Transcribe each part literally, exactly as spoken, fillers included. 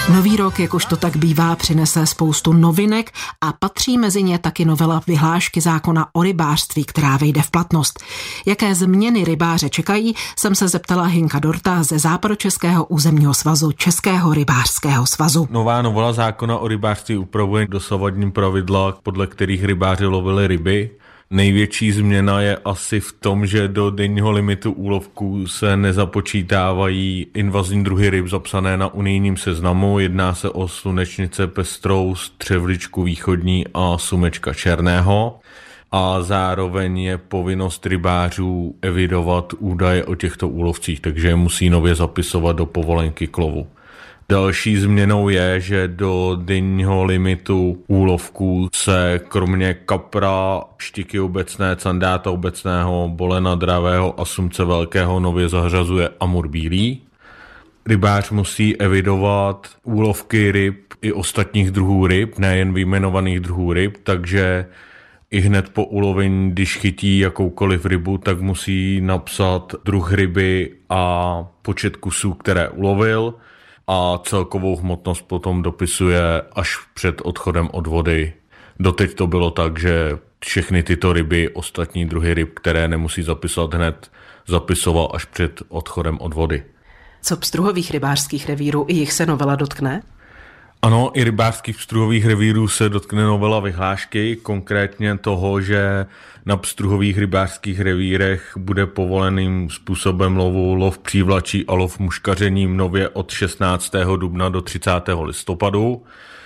Nový rok, jakož to tak bývá, přinese spoustu novinek a patří mezi ně taky novela vyhlášky zákona o rybářství, která vejde v platnost. Jaké změny rybáře čekají, jsem se zeptala Hinka Dorta ze Západočeského územního svazu Českého rybářského svazu. Nová novela zákona o rybářství upravuje dosavadní pravidla, podle kterých rybáři lovili ryby. Největší změna je asi v tom, že do denního limitu úlovků se nezapočítávají invazní druhy ryb zapsané na unijním seznamu. Jedná se o slunečnice pestrou, střevličku východní a sumečka černého. A zároveň je povinnost rybářů evidovat údaje o těchto úlovcích, takže je musí nově zapisovat do povolenky k lovu. Další změnou je, že do denního limitu úlovků se kromě kapra, štiky obecné, candáta obecného, bolena dravého a sumce velkého nově zařazuje amur bílý. Rybář musí evidovat úlovky ryb i ostatních druhů ryb, nejen vyjmenovaných druhů ryb, takže i hned po ulovení, když chytí jakoukoliv rybu, tak musí napsat druh ryby a počet kusů, které ulovil, a celkovou hmotnost potom dopisuje až před odchodem od vody. Doteď to bylo tak, že všechny tyto ryby, ostatní druhy ryb, které nemusí zapisovat hned, zapisoval až před odchodem od vody. Co pstruhových rybářských revírů, i jich se novela dotkne? Ano, i rybářských pstruhových revírů se dotkne novela vyhlášky, konkrétně toho, že na pstruhových rybářských revírech bude povoleným způsobem lovu lov přívlačí a lov muškařením nově od šestnáctého dubna do třicátého listopadu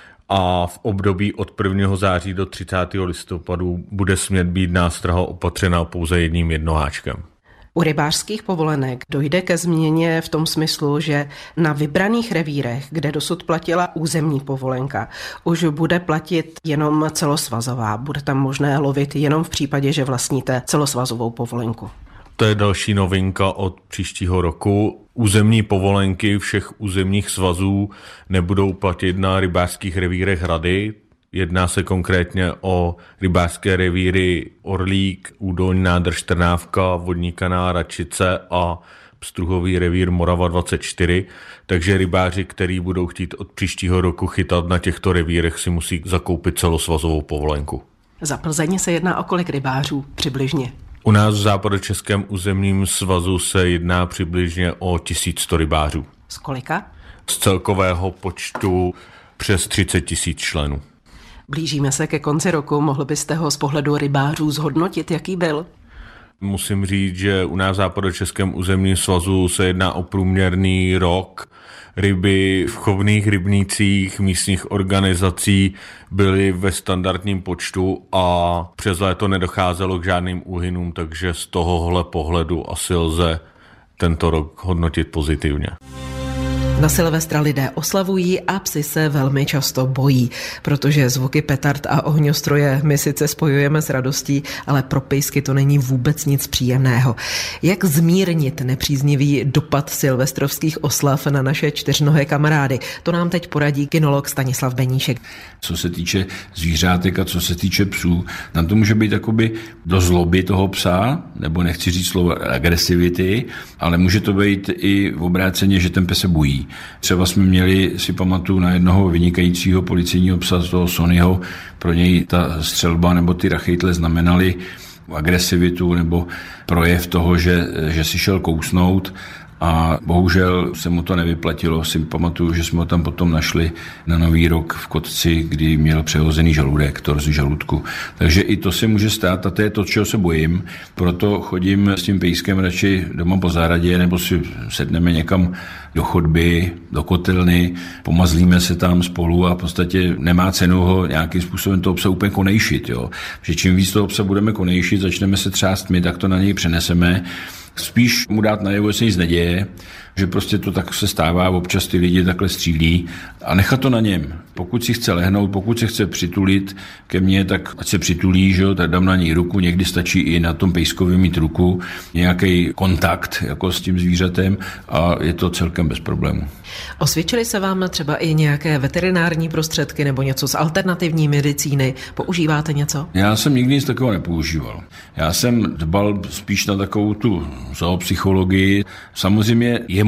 a v období od prvního září do třicátého listopadu bude smět být nástraha opatřena pouze jedním jednoháčkem. U rybářských povolenek dojde ke změně v tom smyslu, že na vybraných revírech, kde dosud platila územní povolenka, už bude platit jenom celosvazová. Bude tam možné lovit jenom v případě, že vlastníte celosvazovou povolenku. To je další novinka od příštího roku. Územní povolenky všech územních svazů nebudou platit na rybářských revírech rady. Jedná se konkrétně o rybářské revíry Orlík, Údolní nádrž Trnávka, Vodní kanál Račice a pstruhový revír Morava dvacet čtyři, takže rybáři, kteří budou chtít od příštího roku chytat na těchto revírech, si musí zakoupit celosvazovou povolenku. Za Plzeň se jedná o kolik rybářů přibližně? U nás v Západočeském územním svazu se jedná přibližně o tisíc sto rybářů. Z kolika? Z celkového počtu přes třicet tisíc členů. Blížíme se ke konci roku, mohl byste ho z pohledu rybářů zhodnotit, jaký byl? Musím říct, že u nás v Západočeském územním svazu se jedná o průměrný rok. Ryby v chovných rybnících místních organizací byly ve standardním počtu a přes léto nedocházelo k žádným úhynům, takže z tohohle pohledu asi lze tento rok hodnotit pozitivně. Na Silvestra lidé oslavují a psi se velmi často bojí, protože zvuky petard a ohňostroje my sice spojujeme s radostí, ale pro pejsky to není vůbec nic příjemného. Jak zmírnit nepříznivý dopad silvestrovských oslav na naše čtyřnohé kamarády? To nám teď poradí kynolog Stanislav Beníšek. Co se týče zvířátek a co se týče psů, tam to může být jakoby do zloby toho psa, nebo nechci říct slovo agresivity, ale může to být i v obráceně, že ten pes se bojí. Třeba jsme měli, si pamatuju, na jednoho vynikajícího policejního psa z toho Sonyho, pro něj ta střelba nebo ty rachejtle znamenaly agresivitu nebo projev toho, že, že si šel kousnout. A bohužel se mu to nevyplatilo. Si pamatuju, že jsme ho tam potom našli na Nový rok v Kotci, kdy měl přehozený žaludek, torzi žaludku. Takže i to se může stát a to je to, čeho se bojím. Proto chodím s tím pejskem radši doma po zahradě nebo si sedneme někam do chodby, do kotelny, pomazlíme se tam spolu a v podstatě nemá cenu ho nějakým způsobem toho psa úplně konejšit. Jo. Že čím víc toho psa budeme konejšit, začneme se třást my, tak to na něj přeneseme. Spíš mu dát najevo, že se nic neděje, že prostě to tak se stává, občas ty lidi takhle střílí a nechat to na něm. Pokud si chce lehnout, pokud se chce přitulit ke mně, tak ať se přitulí, že jo, tak dám na něj ruku, někdy stačí i na tom pejskovi mít ruku, nějaký kontakt jako s tím zvířetem a je to celkem bez problému. Osvědčily se vám třeba i nějaké veterinární prostředky nebo něco z alternativní medicíny? Používáte něco? Já jsem nikdy nic takového nepoužíval. Já jsem dbal spíš na takovou tu zoopsychologii. Samozřejmě je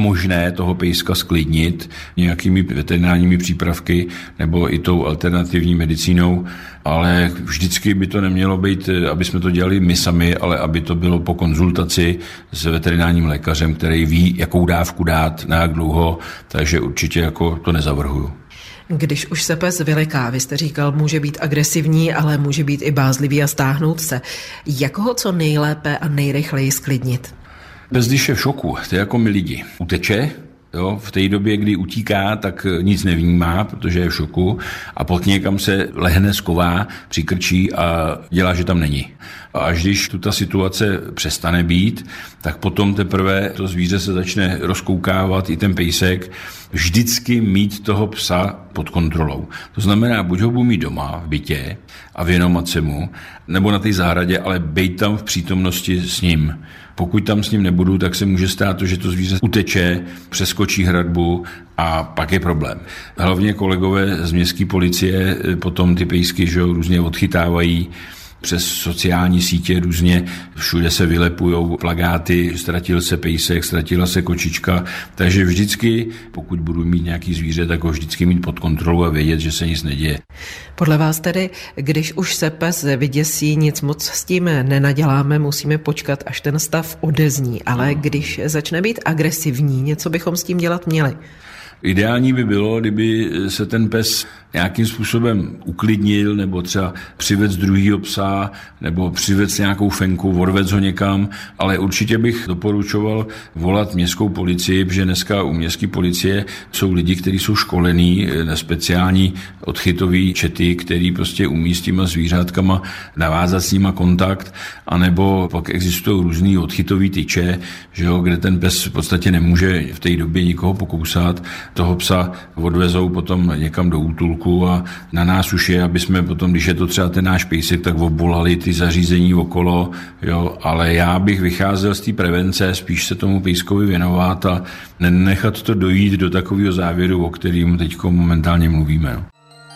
možné toho pejska sklidnit nějakými veterinárními přípravky nebo i tou alternativní medicínou, ale vždycky by to nemělo být, aby jsme to dělali my sami, ale aby to bylo po konzultaci s veterinárním lékařem, který ví, jakou dávku dát, na jak dlouho, takže určitě jako to nezavrhuju. Když už se pes vyleká, vy jste říkal, může být agresivní, ale může být i bázlivý a stáhnout se. Jak ho co nejlépe a nejrychleji sklidnit? Pes, když je v šoku, to je jako my lidi. Uteče, jo, v té době, kdy utíká, tak nic nevnímá, protože je v šoku a pod někam se lehne, sková, přikrčí a dělá, že tam není. A až když tu ta situace přestane být, tak potom teprve to zvíře se začne rozkoukávat, i ten pejsek, vždycky mít toho psa pod kontrolou. To znamená, buď ho budu mít doma v bytě a věnovat se mu, nebo na té zahradě, ale bejt tam v přítomnosti s ním. Pokud tam s ním nebudu, tak se může stát to, že to zvíře uteče, přeskočí hradbu a pak je problém. Hlavně kolegové z městské policie potom ty pejsky, že různě odchytávají přes sociální sítě různě, všude se vylepujou plakáty, ztratil se pejsek, ztratila se kočička, takže vždycky, pokud budu mít nějaký zvíře, tak ho vždycky mít pod kontrolou a vědět, že se nic neděje. Podle vás tedy, když už se pes vyděsí, nic moc s tím nenaděláme, musíme počkat, až ten stav odezní, ale když začne být agresivní, něco bychom s tím dělat měli. Ideální by bylo, kdyby se ten pes nějakým způsobem uklidnil, nebo třeba přivec druhýho psa, nebo přivec nějakou fenku, odvec ho někam, ale určitě bych doporučoval volat městskou policii, protože dneska u městské policie jsou lidi, kteří jsou školení, speciální odchytový čety, který prostě umí s těma zvířátkama navázat s nima kontakt, anebo pak existují různý odchytový tyče, že jo, kde ten pes v podstatě nemůže v té době nikoho pokousat, toho psa odvezou potom někam do útulku a na nás už je, aby jsme potom, když je to třeba ten náš pejsek, tak obolali ty zařízení okolo, jo, ale já bych vycházel z té prevence, spíš se tomu pejskovi věnovat a nenechat to dojít do takového závěru, o kterém teď momentálně mluvíme. No.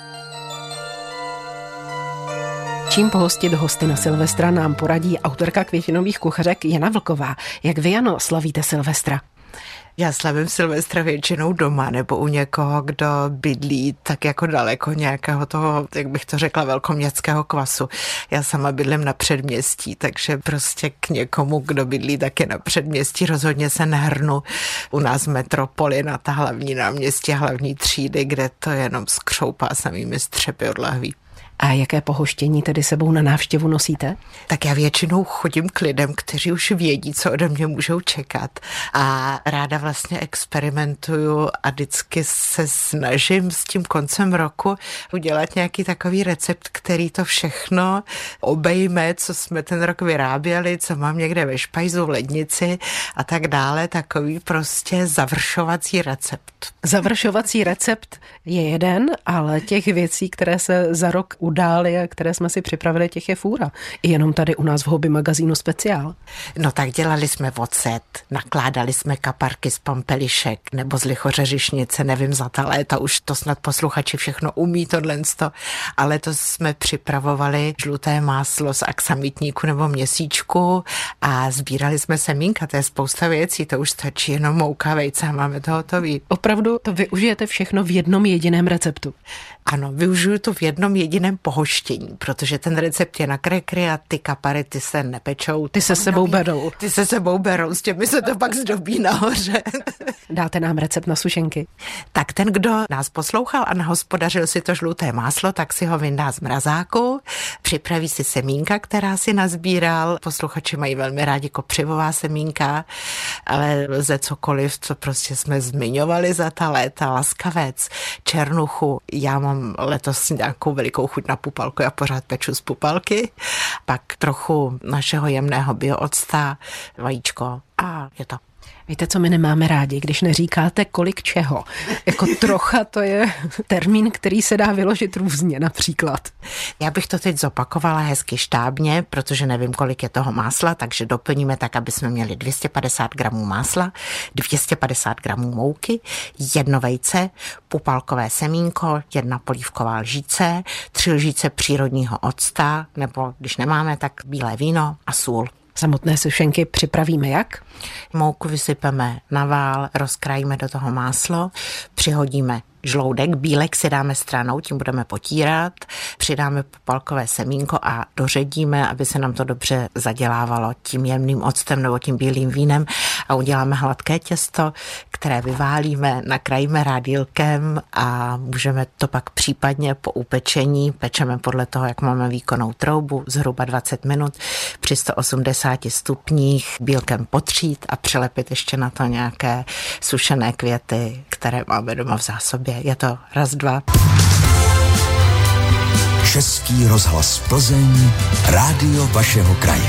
Čím pohostit hosty na Silvestra nám poradí autorka květinových kuchařek Jana Vlková. Jak vy, Jano, slavíte Silvestra? Já slavím Silvestra většinou doma nebo u někoho, kdo bydlí tak jako daleko nějakého toho, jak bych to řekla, velkoměstského kvasu. Já sama bydlím na předměstí, takže prostě k někomu, kdo bydlí taky na předměstí, rozhodně se nehrnu u nás v metropoli na ta hlavní náměstí, hlavní třídy, kde to jenom skřoupá samými střepy od lahví. A jaké pohoštění tedy sebou na návštěvu nosíte? Tak já většinou chodím k lidem, kteří už vědí, co ode mě můžou čekat. A ráda vlastně experimentuju a vždycky se snažím s tím koncem roku udělat nějaký takový recept, který to všechno obejme, co jsme ten rok vyráběli, co mám někde ve špajzu, v lednici a tak dále. Takový prostě završovací recept. Završovací recept je jeden, ale těch věcí, které se za rok udály a které jsme si připravili, těch je fůra. I jenom tady u nás v Hobby magazínu speciál. No tak dělali jsme ocet, nakládali jsme kaparky z pampelišek nebo z lichořeřišnice, nevím, za ta léta, už to snad posluchači všechno umí tohlensto, ale to jsme připravovali žluté máslo z aksamitníku nebo měsíčku a sbírali jsme semínka, to je spousta věcí, to už stačí jenom mouka, vejce a máme to hotový. Opravdu to využijete všechno v jednom jediném receptu? Ano, využiju to v jednom jediném pohoštění, protože ten recept je na krekry a ty kapary, ty se nepečou. Ty se sebou berou. Ty se sebou berou, s těmi se to pak zdobí nahoře. Dáte nám recept na sušenky? Tak ten, kdo nás poslouchal a nahospodařil si to žluté máslo, tak si ho vyndá z mrazáku, připraví si semínka, která si nazbíral. Posluchači mají velmi rádi kopřivová semínka, ale lze cokoliv, co prostě jsme zmiňovali za ta léta, laskavec, černuchu. Já mám letos nějakou velikou chuť na pupalku, já pořád peču z pupalky, pak trochu našeho jemného bioocta, vajíčko a je to. Víte, co my nemáme rádi, když neříkáte kolik čeho. Jako trocha to je termín, který se dá vyložit různě například. Já bych to teď zopakovala hezky štábně, protože nevím, kolik je toho másla, takže doplníme tak, aby jsme měli dvě stě padesát gramů másla, dvě stě padesát gramů mouky, jedno vejce, pupalkové semínko, jedna polívková lžíce, tři lžíce přírodního octa, nebo když nemáme, tak bílé víno a sůl. Samotné sušenky připravíme jak? Mouku vysypeme na vál, rozkrajíme do toho máslo, přihodíme žloudek, bílek si dáme stranou, tím budeme potírat, přidáme popalkové semínko a doředíme, aby se nám to dobře zadělávalo tím jemným octem nebo tím bílým vínem a uděláme hladké těsto, které vyválíme, nakrájíme rádílkem a můžeme to pak případně po upečení, pečeme podle toho, jak máme výkonnou troubu, zhruba dvacet minut při sto osmdesáti stupních bílkem potřít a přilepit ještě na to nějaké sušené květy, které máme doma v zásobě. Je to raz, dva. Český rozhlas Plzeň, rádio vašeho kraje.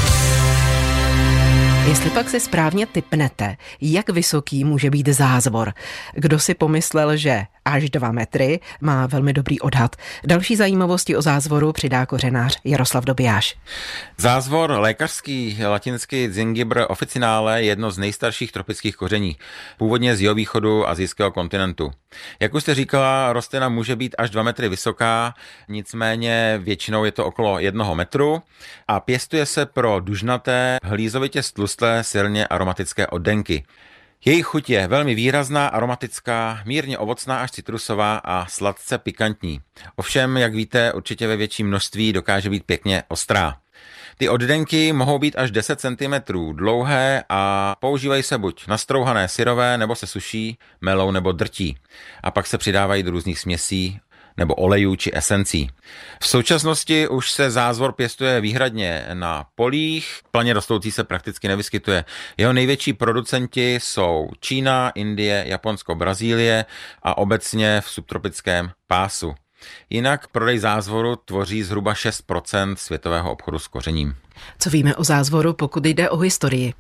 Jestli pak si správně tipnete, jak vysoký může být zázvor. Kdo si pomyslel, že až dva metry, má velmi dobrý odhad. Další zajímavosti o zázvoru přidá kořenář Jaroslav Dobijáš. Zázvor lékařský, latinsky Zingibr officinale, je jedno z nejstarších tropických koření, původně z jihovýchodu asijského kontinentu. Jak už jste říkala, rostlina může být až dva metry vysoká, nicméně většinou je to okolo jednoho metru a pěstuje se pro dužnaté, hlízovitě stlustlé, silně aromatické oddenky. Jejich chuť je velmi výrazná, aromatická, mírně ovocná až citrusová a sladce pikantní. Ovšem, jak víte, určitě ve větším množství dokáže být pěkně ostrá. Ty oddenky mohou být až deset centimetrů dlouhé a používají se buď nastrouhané syrové, nebo se suší, melou nebo drtí. A pak se přidávají do různých směsí nebo olejů či esencí. V současnosti už se zázvor pěstuje výhradně na polích, plně rostoucí se prakticky nevyskytuje. Jeho největší producenti jsou Čína, Indie, Japonsko, Brazílie a obecně v subtropickém pásu. Jinak prodej zázvoru tvoří zhruba šest procent světového obchodu s kořením. Co víme o zázvoru, pokud jde o historii?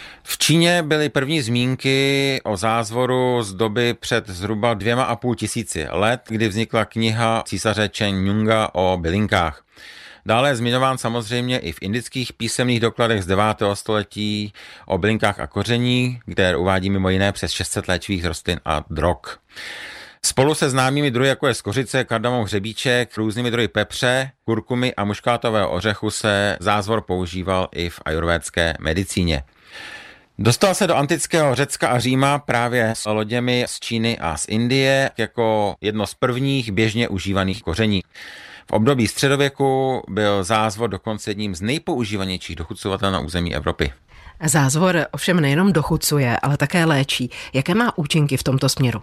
V Číně byly první zmínky o zázvoru z doby před zhruba dvěma a půl tisíci let, kdy vznikla kniha císaře Chen Yunga o bylinkách. Dále je zmiňován samozřejmě i v indických písemných dokladech z devátého století o bylinkách a koření, kde uvádí mimo jiné přes šest set léčivých rostlin a drog. Spolu se známými druhy, jako je skořice, kardamom, hřebíček, různými druhy pepře, kurkumy a muškátového ořechu se zázvor používal i v ajurvédské medicíně. Dostal se do antického Řecka a Říma právě s loděmi z Číny a z Indie jako jedno z prvních běžně užívaných koření. V období středověku byl zázvor dokonce jedním z nejpoužívanějších dochucovatel na území Evropy. Zázvor ovšem nejenom dochucuje, ale také léčí. Jaké má účinky v tomto směru?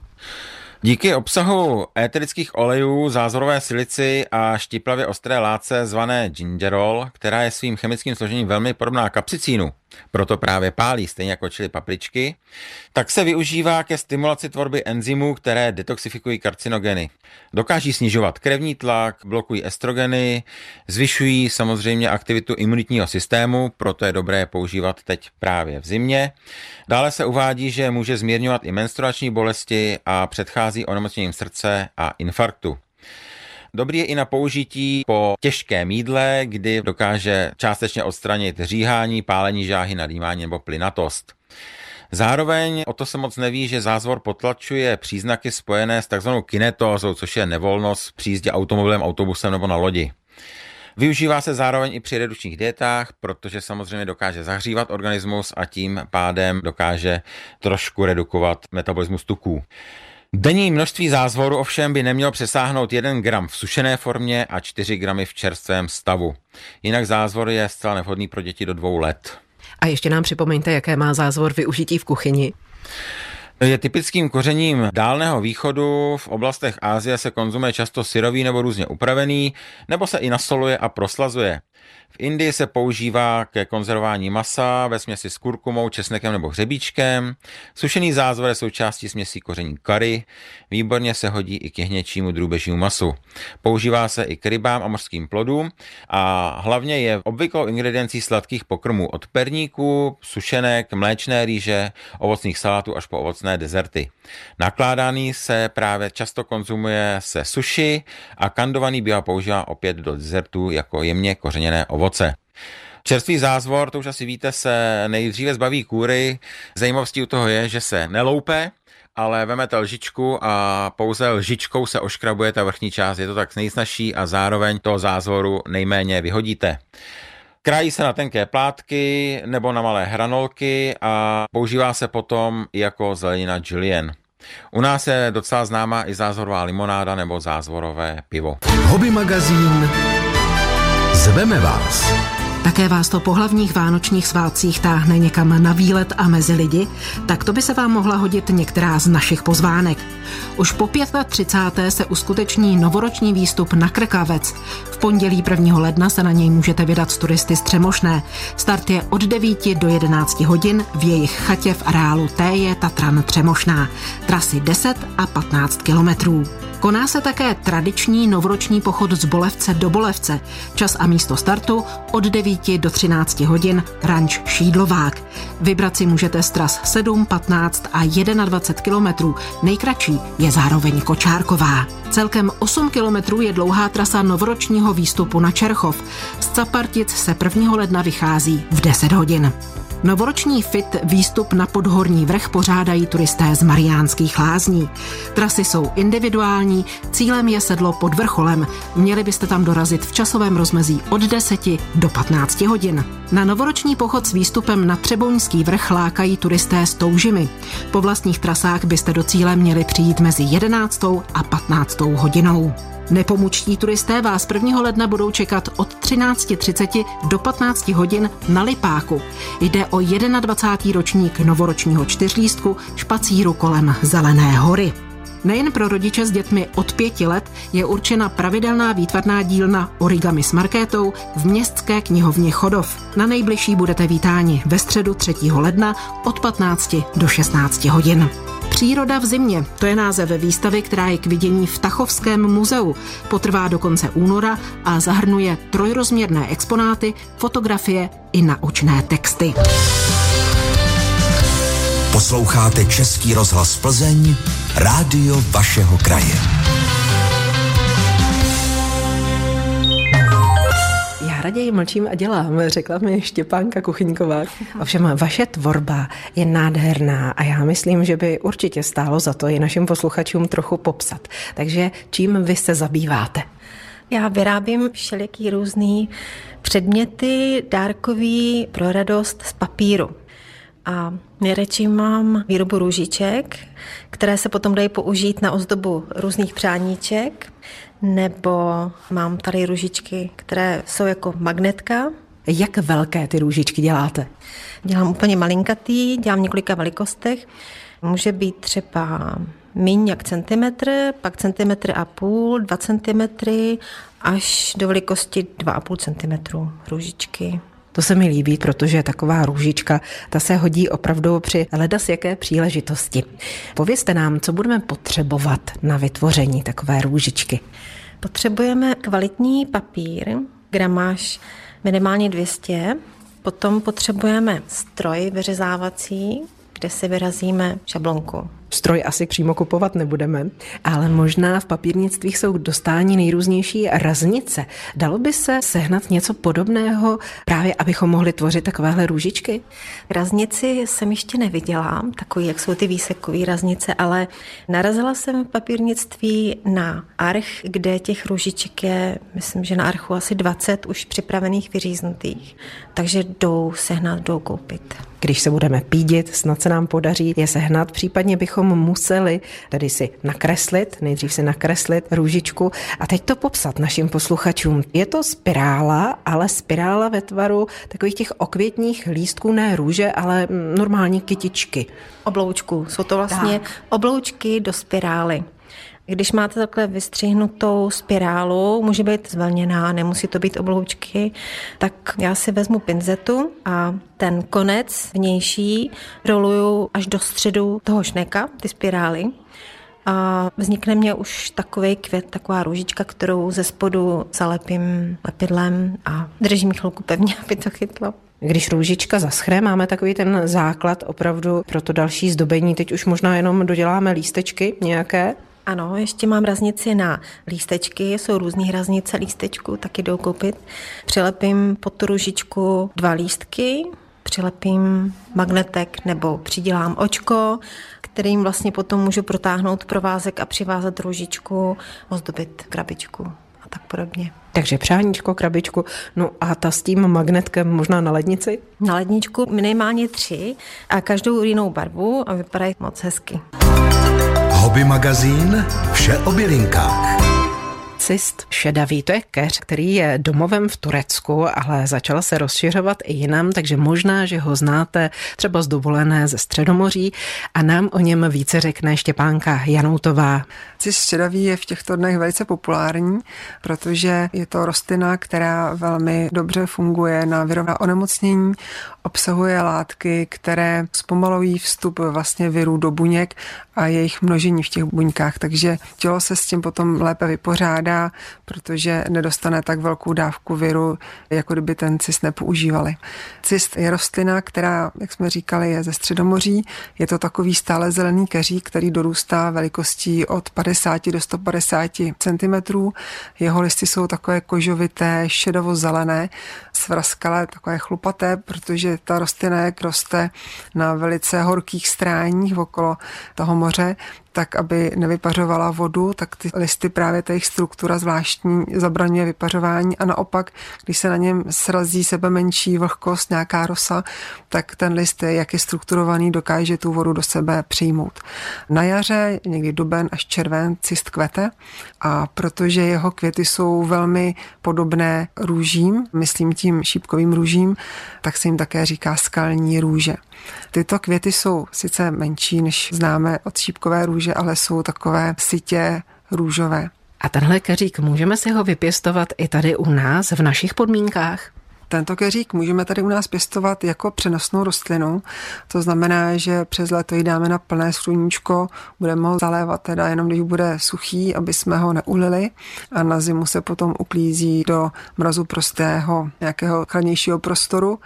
Díky obsahu éterických olejů, zázvorové silici a štiplavě ostré látce zvané gingerol, která je svým chemickým složením velmi podobná kapsicínu, proto právě pálí, stejně jako čili papričky, tak se využívá ke stimulaci tvorby enzymů, které detoxifikují karcinogeny. Dokáží snižovat krevní tlak, blokují estrogeny, zvyšují samozřejmě aktivitu imunitního systému, proto je dobré používat teď právě v zimě. Dále se uvádí, že může zmírňovat i menstruační bolesti a předchází onemocněním srdce a infarktu. Dobrý je i na použití po těžkém jídle, kdy dokáže částečně odstranit říhání, pálení žáhy, nadýmání nebo plynatost. Zároveň o to se moc neví, že zázvor potlačuje příznaky spojené s takzvanou kinetózou, což je nevolnost při jízdě automobilem, autobusem nebo na lodi. Využívá se zároveň i při redukčních dietách, protože samozřejmě dokáže zahřívat organismus a tím pádem dokáže trošku redukovat metabolismus tuků. Denní množství zázvoru ovšem by nemělo přesáhnout jeden gram v sušené formě a čtyři gramy v čerstvém stavu. Jinak zázvor je zcela nevhodný pro děti do dvou let. A ještě nám připomeňte, jaké má zázvor využití v kuchyni. Je typickým kořením Dálného východu, v oblastech Asie se konzumuje často syrový nebo různě upravený, nebo se i nasoluje a proslazuje. V Indii se používá ke konzervování masa ve směsi s kurkumou, česnekem nebo hřebíčkem. Sušený zázvor je součástí směsí koření curry. Výborně se hodí i k jehněčímu drůbežímu masu. Používá se i k rybám a mořským plodům a hlavně je obvyklou ingrediencí sladkých pokrmů od perníků, sušenek, mléčné rýže, ovocných salátů až po ovocné dezerty. Nakládaný se právě často konzumuje se sushi a kandovaný bývá používá opět do dezertů jako jemně kořeněné ovoce. Čerstvý zázvor, to už asi víte, se nejdříve zbaví kůry. Zajímavostí u toho je, že se neloupe, ale vemete lžičku a pouze lžičkou se oškrabuje ta vrchní část. Je to tak nejsnažší a zároveň toho zázvoru nejméně vyhodíte. Krájí se na tenké plátky nebo na malé hranolky a používá se potom i jako zelenina julienne. U nás je docela známá i zázvorová limonáda nebo zázvorové pivo. Hobby magazín Zveme vás. Také vás to po hlavních vánočních svátcích táhne někam na výlet a mezi lidi, tak to by se vám mohla hodit některá z našich pozvánek. Už po třicáté páté se uskuteční novoroční výstup na Krkavec. V pondělí prvního ledna se na něj můžete vydat s turisty z Třemošné. Start je od devíti do jedenácti hodin v jejich chatě v areálu T J Tatran Třemošná. Trasy deset a patnáct kilometrů. Koná se také tradiční novoroční pochod z Bolevce do Bolevce. Čas a místo startu od devíti do třinácti hodin ranč Šídlovák. Vybrat si můžete z tras sedm, patnáct a dvacet jedna kilometrů. Nejkratší je zároveň Kočárková. Celkem osm kilometrů je dlouhá trasa novoročního výstupu na Čerchov. Z Capartic se prvního ledna vychází v deset hodin. Novoroční fit výstup na Podhorní vrch pořádají turisté z Mariánských Lázní. Trasy jsou individuální, cílem je sedlo pod vrcholem. Měli byste tam dorazit v časovém rozmezí od deseti do patnácti hodin. Na novoroční pochod s výstupem na Třeboňský vrch lákají turisté s toužimi. Po vlastních trasách byste do cíle měli přijít mezi jedenáctou a patnáctou hodinou. Nepomučtí turisté vás prvního ledna budou čekat od třinácti třiceti do patnácti hodin na Lipáku. Jde o dvacátý první ročník novoročního čtyřlístku špacíru kolem Zelené hory. Nejen pro rodiče s dětmi od pěti let je určena pravidelná výtvarná dílna Origami s Markétou v městské knihovně Chodov. Na nejbližší budete vítáni ve středu třetího ledna od patnácti do šestnácti hodin. Příroda v zimě, to je název výstavy, která je k vidění v Tachovském muzeu. Potrvá do konce února a zahrnuje trojrozměrné exponáty, fotografie i naučné texty. Posloucháte Český rozhlas Plzeň, rádio vašeho kraje. Já raději mlčím a dělám, řekla mi Štěpánka Kuchyňková. Ovšem vaše tvorba je nádherná a já myslím, že by určitě stálo za to i našim posluchačům trochu popsat. Takže čím vy se zabýváte? Já vyrábím všelijaký různý předměty, dárkový pro radost z papíru. A nejradši mám výrobu růžiček, které se potom dají použít na ozdobu různých přáníček, nebo mám tady růžičky, které jsou jako magnetka. Jak velké ty růžičky děláte? Dělám úplně malinkatý, dělám v několika velikostech. Může být třeba míň jak centimetr, pak centimetr a půl, dva centimetry, až do velikosti dva a půl centimetru růžičky. To se mi líbí, protože taková růžička, ta se hodí opravdu při ledas jaké příležitosti. Povězte nám, co budeme potřebovat na vytvoření takové růžičky. Potřebujeme kvalitní papír, gramáž minimálně dvě stě, potom potřebujeme stroj vyřezávací, kde si vyrazíme šablonku. Stroj asi přímo kupovat nebudeme, ale možná v papírnictví jsou k dostání nejrůznější raznice. Dalo by se sehnat něco podobného, právě abychom mohli tvořit takovéhle růžičky? Raznici jsem ještě neviděla, takový, jak jsou ty výsekové raznice, ale narazila jsem v papírnictví na arch, kde těch růžiček je, myslím, že na archu asi dvacet už připravených, vyříznutých. Takže jdou sehnat, jdou koupit. Když se budeme pídit, snad se nám podaří je sehnat, případně bychom museli tedy si nakreslit, nejdřív si nakreslit růžičku a teď to popsat našim posluchačům. Je to spirála, ale spirála ve tvaru takových těch okvětních lístků, ne růže, ale normální kytičky. Obloučku, jsou to vlastně tak. Obloučky do spirály. Když máte takhle vystřihnutou spirálu, může být zvlněná, nemusí to být obloučky, tak já si vezmu pinzetu a ten konec vnější roluju až do středu toho šneka, ty spirály. A vznikne mě už takový květ, taková růžička, kterou ze spodu zalepím lepidlem a držím chvilku pevně, aby to chytlo. Když růžička zaschne, máme takový ten základ opravdu pro to další zdobení. Teď už možná jenom doděláme lístečky nějaké. Ano, ještě mám raznici na lístečky, jsou různý raznice lístečku, taky jdou koupit. Přilepím pod tu růžičku dva lístky, přilepím magnetek nebo přidělám očko, kterým vlastně potom můžu protáhnout provázek a přivázat růžičku, ozdobit krabičku a tak podobně. Takže přáníčko, krabičku, no a ta s tím magnetkem možná na lednici? Na ledničku minimálně tři a každou jinou barvu a vypadají moc hezky. Hobby magazín, vše o bylinkách. Cyst šedavý, to je keř, který je domovem v Turecku, ale začal se rozšiřovat i jinam, takže možná, že ho znáte třeba z dovolené ze Středomoří a nám o něm více řekne Štěpánka Janoutová. Cyst šedavý je v těchto dnech velice populární, protože je to rostlina, která velmi dobře funguje na virová onemocnění, obsahuje látky, které zpomalují vstup vlastně virů do buněk a jejich množení v těch buňkách, takže tělo se s tím potom lépe vypořádá, protože nedostane tak velkou dávku viru, jako kdyby ten cyst nepoužívali. Cyst je rostlina, která, jak jsme říkali, je ze Středomoří. Je to takový stále zelený keřík, který dorůstá velikostí od padesát do sto padesát centimetrů. Jeho listy jsou takové kožovité, šedovo-zelené, svrazkalé, takové chlupaté, protože ta rostlina jak roste na velice horkých stráních okolo toho moře, tak aby nevypařovala vodu, tak ty listy právě ta jejich struktura zvláštní zabraňuje vypařování a naopak, když se na něm srazí sebe menší vlhkost, nějaká rosa, tak ten list, jak je strukturovaný, dokáže tu vodu do sebe přijmout. Na jaře, někdy duben až červen, cyst kvete a protože jeho květy jsou velmi podobné růžím, myslím tím šípkovým růžím, tak se jim také říká skalní růže. Tyto květy jsou sice menší, než známe od šípkové růže, ale jsou takové sytě růžové. A tenhle keřík, můžeme si ho vypěstovat i tady u nás v našich podmínkách? Tento keřík můžeme tady u nás pěstovat jako přenosnou rostlinu. To znamená, že přes léto ji dáme na plné sluníčko, budeme ho zalévat teda jenom, když bude suchý, aby jsme ho neulili a na zimu se potom uklízí do mrazu prostého nějakého chladnějšího prostoru,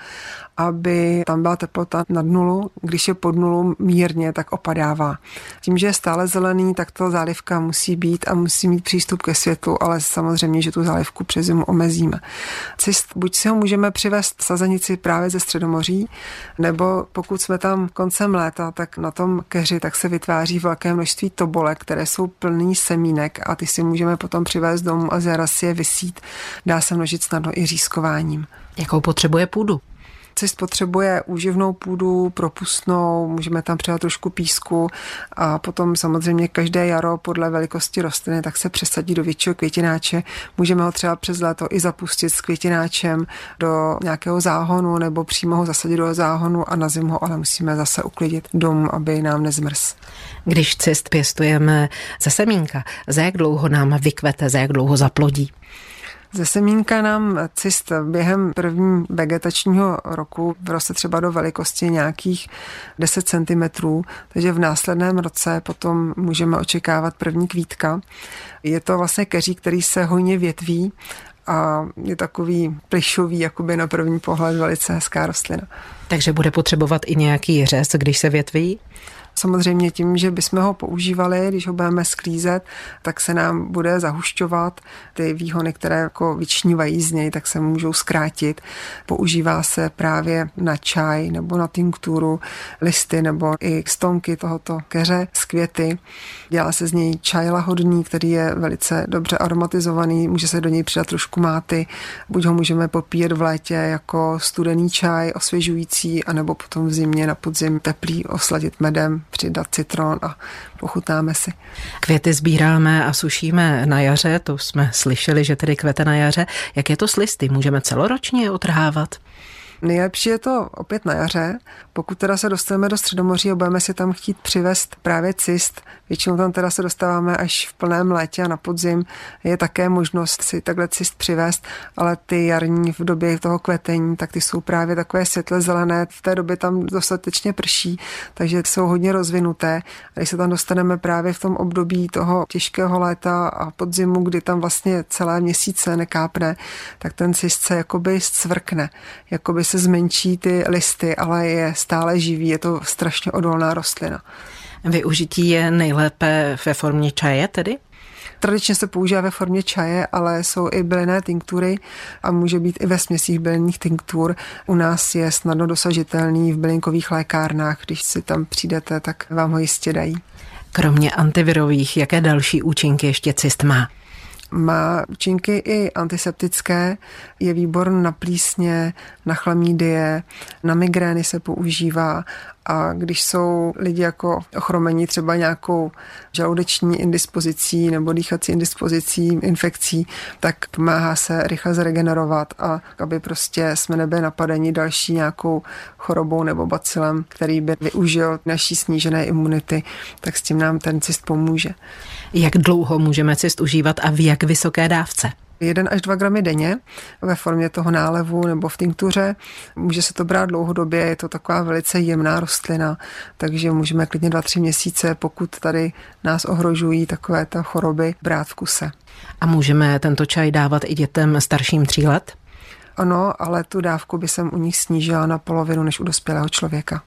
aby tam byla teplota nad nulu. Když je pod nulu mírně, tak opadává. Tím, že je stále zelený, tak ta zálivka musí být a musí mít přístup ke světlu, ale samozřejmě, že tu zálivku přes zimu omezíme. Cyst, buď si ho můžeme přivést sazenici právě ze Středomoří, nebo pokud jsme tam koncem léta, tak na tom keři tak se vytváří velké množství tobolek, které jsou plný semínek a ty si můžeme potom přivést domů a zjara si je vysít. Dá se množit snadno i řízkováním. Jakou potřebuje půdu? Cyst potřebuje úživnou půdu, propustnou, můžeme tam přidat trošku písku a potom samozřejmě každé jaro podle velikosti rostliny tak se přesadí do většího květináče. Můžeme ho třeba přes léto i zapustit s květináčem do nějakého záhonu nebo přímo ho zasadit do záhonu a na zimu ho ale musíme zase uklidit domů, aby nám nezmrz. Když cyst pěstujeme ze semínka, za jak dlouho nám vykvete, za jak dlouho zaplodí? Ze semínka nám cyst během první vegetačního roku vyroste třeba do velikosti nějakých deset centimetrů, takže v následném roce potom můžeme očekávat první kvítka. Je to vlastně keřík, který se hojně větví a je takový plišový, jakoby na první pohled velice hezká rostlina. Takže bude potřebovat i nějaký řez, když se větví? Samozřejmě tím, že bychom ho používali, když ho budeme sklízet, tak se nám bude zahušťovat. Ty výhony, které jako vyčnívají z něj, tak se můžou zkrátit. Používá se právě na čaj nebo na tinkturu, listy nebo i stonky tohoto keře z květy. Dělá se z něj čaj lahodný, který je velice dobře aromatizovaný, může se do něj přidat trošku máty. Buď ho můžeme popíjet v létě jako studený čaj, osvěžující, anebo potom v zimě na podzim teplý osladit medem, přidat citron a pochutnáme si. Květy sbíráme a sušíme na jaře, to jsme slyšeli, že tedy kvete na jaře. Jak je to s listy? Můžeme celoročně otrhávat? Nejlepší je to opět na jaře. Pokud teda se dostaneme do Středomoří a budeme si tam chtít přivést právě cyst, většinou tam teda se dostáváme až v plném létě a na podzim je také možnost si takhle cyst přivést, ale ty jarní v době toho kvetení, tak ty jsou právě takové světle zelené, v té době tam dostatečně prší, takže jsou hodně rozvinuté. A když se tam dostaneme právě v tom období toho těžkého léta a podzimu, kdy tam vlastně celé měsíce nekápne, tak ten cyst se jakoby zcvrkne, jakoby se zmenší ty listy, ale je stále živý, je to strašně odolná rostlina. Využití je nejlépe ve formě čaje tedy? Tradičně se používá ve formě čaje, ale jsou i bylinné tinktury a může být i ve směsích bylinných tinktur. U nás je snadno dosažitelný v bylinkových lékárnách, když si tam přijdete, tak vám ho jistě dají. Kromě antivirových, jaké další účinky ještě cyst má? Má účinky i antiseptické, je výborný na plísně, na chlamydie, na migrény se používá a když jsou lidi jako ochromení třeba nějakou žaludeční indispozicí nebo dýchací indispozicí, infekcí, tak pomáhá se rychle zregenerovat a aby prostě jsme nebyli napadeni další nějakou chorobou nebo bacilem, který by využil naší snížené imunity, tak s tím nám ten cyst pomůže. Jak dlouho můžeme cyst užívat a v jak vysoké dávce? jeden až dva gramy denně ve formě toho nálevu nebo v tinktuře. Může se to brát dlouhodobě, je to taková velice jemná rostlina, takže můžeme klidně dva, tři měsíce, pokud tady nás ohrožují takové ta choroby, brát v kuse. A můžeme tento čaj dávat i dětem starším tří let? Ano, ale tu dávku by jsem u nich snížila na polovinu než u dospělého člověka.